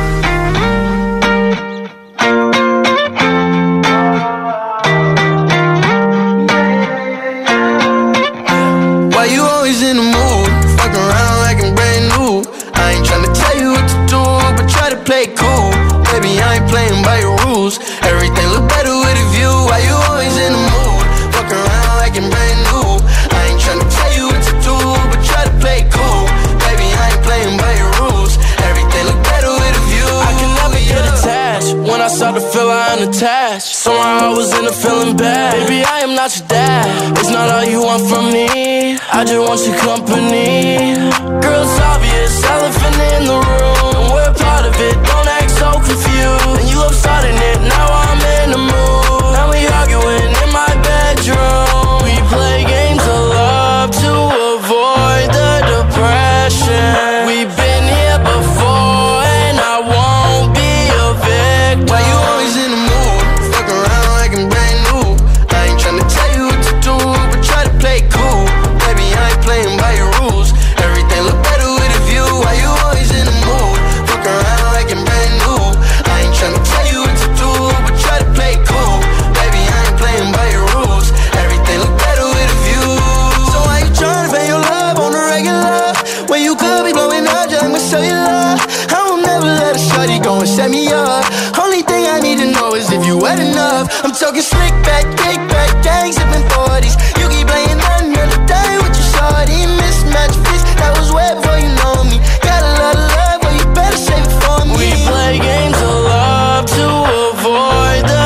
Why you always in the mood? Fuck around like I'm brand new. I ain't tryna tell you what to do, but try to play cool. Baby, I ain't playing by your rules. Everything look better with a view. Why you always in the mood? Fuck around like I'm brand new. I ain't tryna tell you what to do, but try to play cool. Baby, I ain't playing by your rules. Everything look better with a view. I can never yeah. get attached. When I start to feel I unattached, somehow I was in a feeling bad. Baby, I am not your dad. It's not all you want from me. I just want your company. Girl, it's obvious, elephant in the room. And we're part of it, don't act so confused. And you love starting it, now I'm in the mood. Now we arguing in my bedroom. We play games of love to avoid the depression. We've been here before and I won't be a victim. Why you always in the mood? Fuck around like I'm brand new. I ain't tryna tell you what to do, but try to play cool. Baby, I ain't playing by your rules. Everything look better with a view. Why you always in the mood? Fuck around like I'm brand new. I ain't tryna tell you what to do, but try to play cool. Baby, I ain't playing by your rules. Everything look better with a view. So why you tryna pay your love on the regular? When you could be blowing up just with cellular. I will never let a shawty go and set me up. Only thing I need to know is if you wet enough. I'm talking slick back, kick back, gang sipping forties. You keep playing another day with your shawty. Mismatch fist, that was way before you know me. Got a lot of love, but you better save it for me. We play games of love to avoid the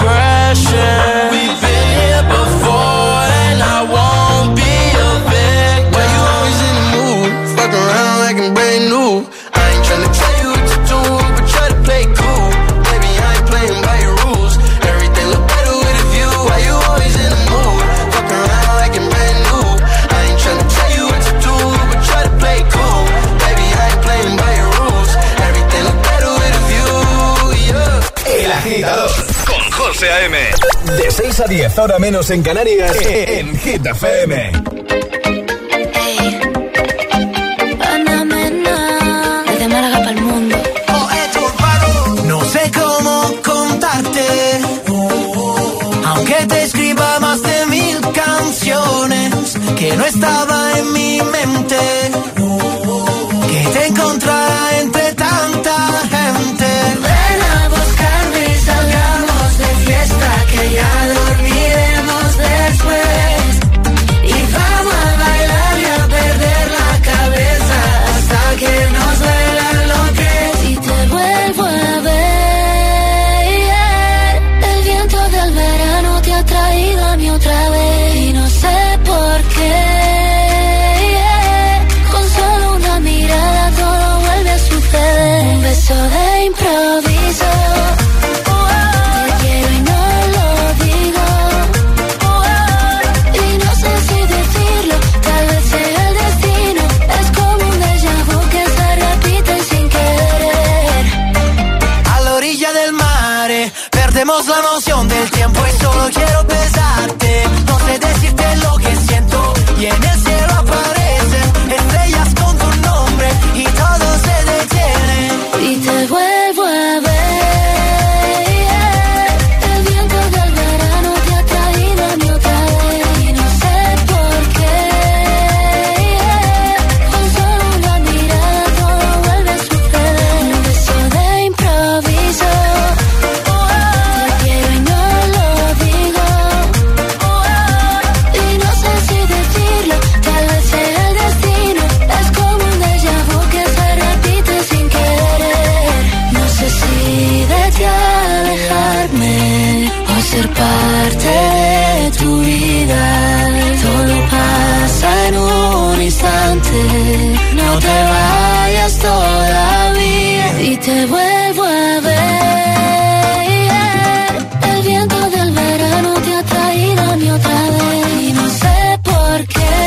depression. We've been here before and I won't be a victim. Why you always in the mood? Fuck around like I'm brand new. I ain't tryna tell you what to do, but try to play cool. Baby, I ain't playing by your rules. Everything look better with a view. Why you always in the mood? Fuck around like I'm brand new. I ain't tryna tell you what to do, but try to play cool. Baby, I ain't playing by your rules. Everything look better with a view, yeah. El Agitador con José A.M. De seis a diez, hora menos en Canarias, en Hit F M. Desde Málaga para el mundo. No sé cómo contarte, aunque te escriba más de mil canciones, que no estaba en mi mente, que te encontrara entre tanta gente. Ven a buscarme y salgamos de fiesta, que ya dormiremos después. Y vamos a bailar y a perder la cabeza hasta que nos duela lo que. Si te vuelvo a ver, el viento del verano te ha traído a mí otra vez. Y no sé por perdimos la noción del tiempo y solo quiero besarte. No sé decirte lo que siento y en el cielo aparecen estrellas con tu nombre y todo se detiene. Y te vuelvo a ver. Ser parte de tu vida, todo pasa en un instante, no te vayas todavía y te vuelvo a ver. El viento del verano te ha traído a mí otra vez y no sé por qué.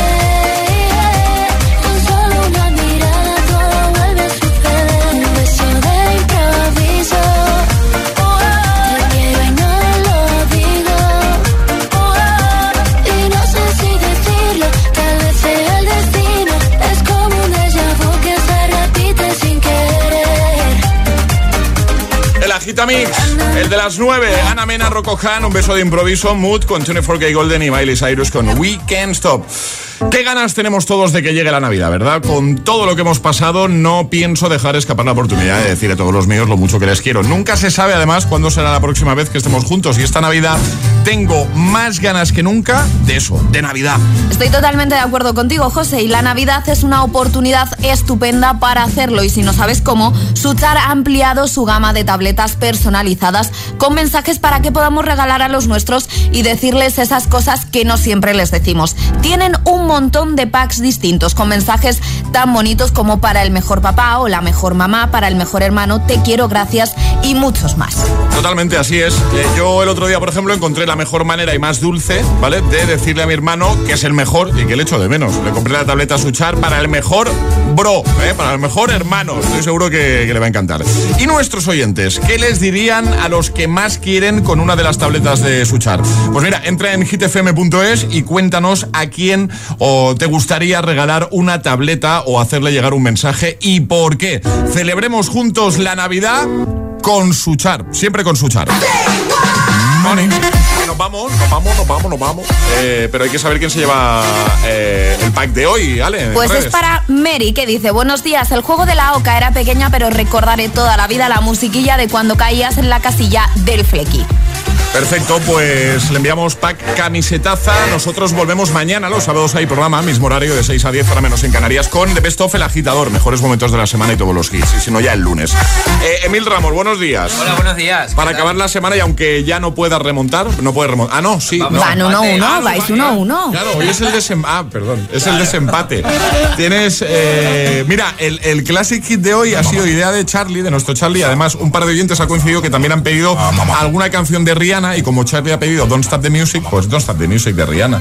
Con solo una mirada todo vuelve a suceder. Un beso de improviso. Agitamix, el de las nueve, Ana Mena, Rocco Han, un beso de improviso, Mood con veinticuatro K Golden y Miley Cyrus con We Can't Stop. Qué ganas tenemos todos de que llegue la Navidad, ¿verdad? Con todo lo que hemos pasado, no pienso dejar escapar la oportunidad de decir a todos los míos lo mucho que les quiero. Nunca se sabe, además, cuándo será la próxima vez que estemos juntos. Y esta Navidad tengo más ganas que nunca de eso, de Navidad. Estoy totalmente de acuerdo contigo, José. Y la Navidad es una oportunidad estupenda para hacerlo. Y si no sabes cómo, Suchar ha ampliado su gama de tabletas personalizadas con mensajes para que podamos regalar a los nuestros y decirles esas cosas que no siempre les decimos. Tienen un montón de packs distintos con mensajes tan bonitos como para el mejor papá o la mejor mamá, para el mejor hermano, te quiero, gracias y muchos más. Totalmente, así es. Eh, yo el otro día, por ejemplo, encontré la mejor manera y más dulce, ¿vale?, de decirle a mi hermano que es el mejor y que le echo de menos. Le compré la tableta Suchar para el mejor bro, ¿eh? Para el mejor hermano. Estoy seguro que, que le va a encantar. Y nuestros oyentes, ¿qué les dirían a los que más quieren con una de las tabletas de Suchar? Pues mira, entra en hit f m punto es y cuéntanos a quién o te gustaría regalar una tableta o hacerle llegar un mensaje y por qué. Celebremos juntos la Navidad con Suchar, siempre con Suchar. Money. Nos vamos, nos vamos, nos vamos, nos vamos. Eh, pero hay que saber quién se lleva eh, el pack de hoy, ¿vale? Pues es para Mary, que dice: buenos días, el juego de la oca era pequeña, pero recordaré toda la vida la musiquilla de cuando caías en la casilla del flequi. Perfecto, pues le enviamos pack camisetaza. Nosotros volvemos mañana, los sábados hay programa, mismo horario de seis a diez, para menos en Canarias, con The Best of El Agitador, mejores momentos de la semana y todos los hits, y si no ya el lunes. eh, Emil Ramos, buenos días. Hola, buenos días. Para acabar la semana, y aunque ya no puedas remontar, no puedes remontar. Ah, no, sí. Van no. uno a uno, vais uno a uno. Claro, hoy es el desempate. Ah, perdón, es el desempate. Tienes, eh, mira, el, el Classic Hit de hoy ha sido idea de Charlie, de nuestro Charlie. Además, un par de oyentes ha coincidido que también han pedido alguna canción de Rihanna, y como Charlie ha pedido Don't Stop the Music, pues Don't Stop the Music de Rihanna.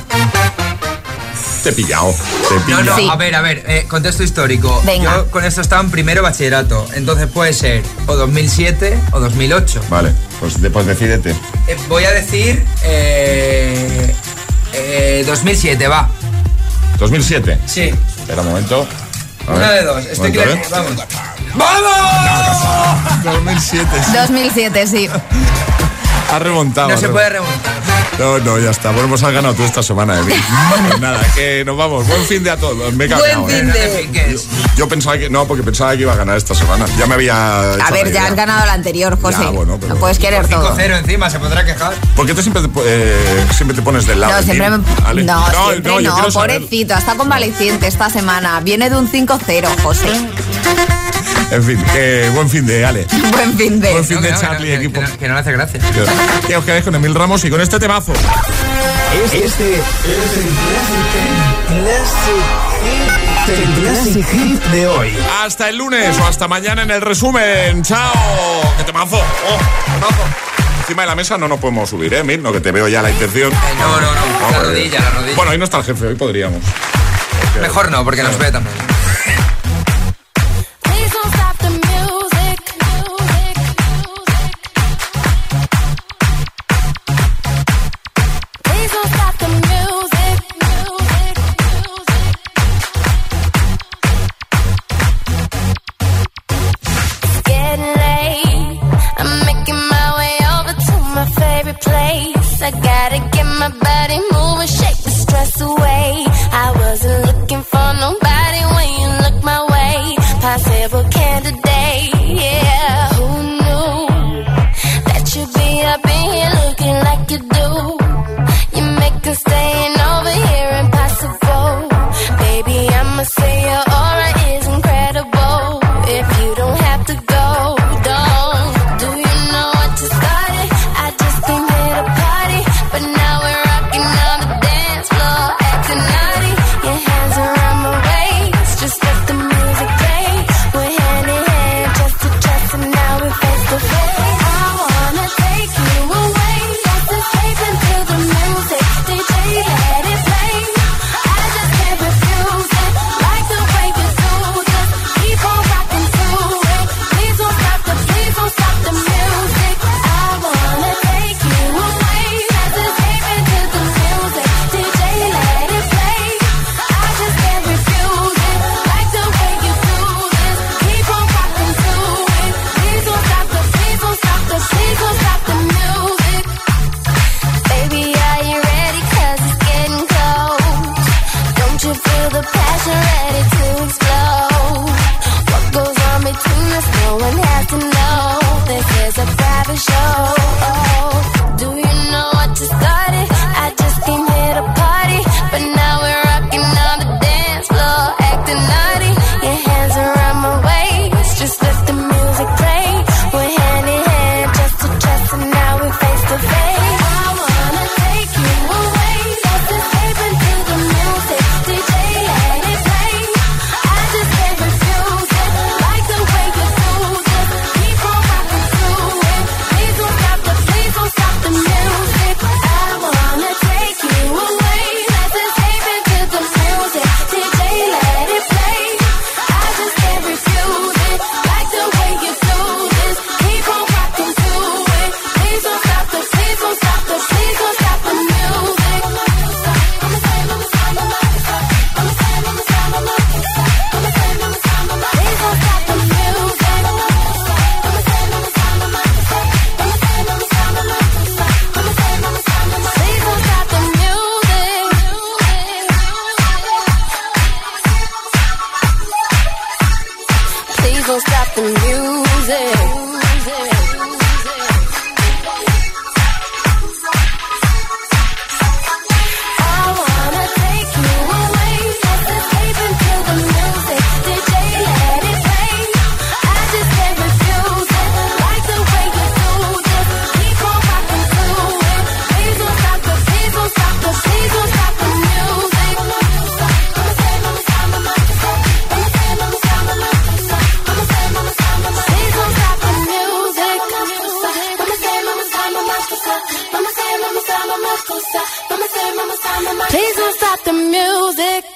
Te he pillado, te he pillado. No, no, sí. a ver, a ver, eh, contexto histórico. Venga. Yo con esto estaba en primero bachillerato, entonces puede ser o dos mil siete o dos mil ocho. Vale, pues después decídete. Eh, voy a decir eh, eh, dos mil siete, va. ¿dos mil siete? Sí. Espera un momento. A Una ver. de dos, estoy Momento, claro. ¿eh? Vamos. ¡Vamos! dos mil siete. Sí. dos mil siete, sí. Ha remontado. No ha se remontado. puede remontar. No, no, ya está. Bueno, pues has ganado tú esta semana, Emil. Pues nada, que nos vamos. Buen fin de a todos. Me he cambiado, Buen fin ¿eh? de. Yo, yo pensaba que... No, porque pensaba que iba a ganar esta semana. Ya me había... A ver, ya has ganado la anterior, José. Ya, bueno, pero... No puedes querer todo. cinco cero encima, se podrá quejar. ¿Por qué tú siempre te, eh, siempre te pones del lado? No, de siempre mí? me... ¿Vale? No, no, siempre no, yo no, quiero saber. pobrecito, está convaleciente esta semana. Viene de un cinco cero, José. En fin, que buen fin de, Ale. Buen fin de. Buen fin No, de que no, Charlie, que no, equipo. Que no, que no le hace gracia. Que, que os quedáis con Emil Ramos y con este temazo. Este es el Classic, el Classic Hit de hoy. Hasta el lunes o hasta mañana en el resumen. ¡Chao! ¡Qué temazo! ¡Oh, temazo! Encima de la mesa no nos podemos subir, ¿eh, Emil? No, que te veo ya la intención. Eh, no, no, no, la rodilla, la rodilla. Bueno, hoy no está el jefe, hoy podríamos. Mejor no, porque nos ve también. emotion ready to explode. What goes on between us, no one has to know. This is a private show. Do you know what you started? I just came here to party, but now we're rocking on the dance floor, acting naughty. Your hands around my waist, just let the music play. We're hand in hand, just to trust, and now we're face to face. I wanna take you away, let's escape into the music. D J, let it play. I just can't refuse it, like the way you do this. Keep on rocking through it. Please don't stop the, please don't stop the music. I wanna take you away, let's escape into the music. D J, let it play. I just can't refuse it, like the way you do this. Keep on rocking through it. Please don't stop the, please don't stop the, please don't stop the music. I'ma say, I'ma say, I'ma say, I'ma say, I'ma say, I'ma say, I'ma say, I'ma say, I'ma say, please don't stop the music. I'ma say, I'ma say, I'ma say, I'ma say, I'ma say, I'ma say, I'ma say, I'ma say, I'ma say, I'ma say, please don't stop the music. Please don't stop the music. I wanna take you away, let's escape into the music. D J, let it play. I just can't refuse it, like the way you do this. Keep on rocking through it. Please don't stop the, please don't stop the, please don't stop the music. I'ma say, I'ma say, I'ma say, I'ma say, I'ma say, I'ma say, I'ma say, I'ma say, I'ma say, please don't stop the music. I'ma say, I'ma say, I'ma say, I'ma say, I'ma say, I'ma say, I'ma say, I'ma say, I'ma say, please don't stop the music.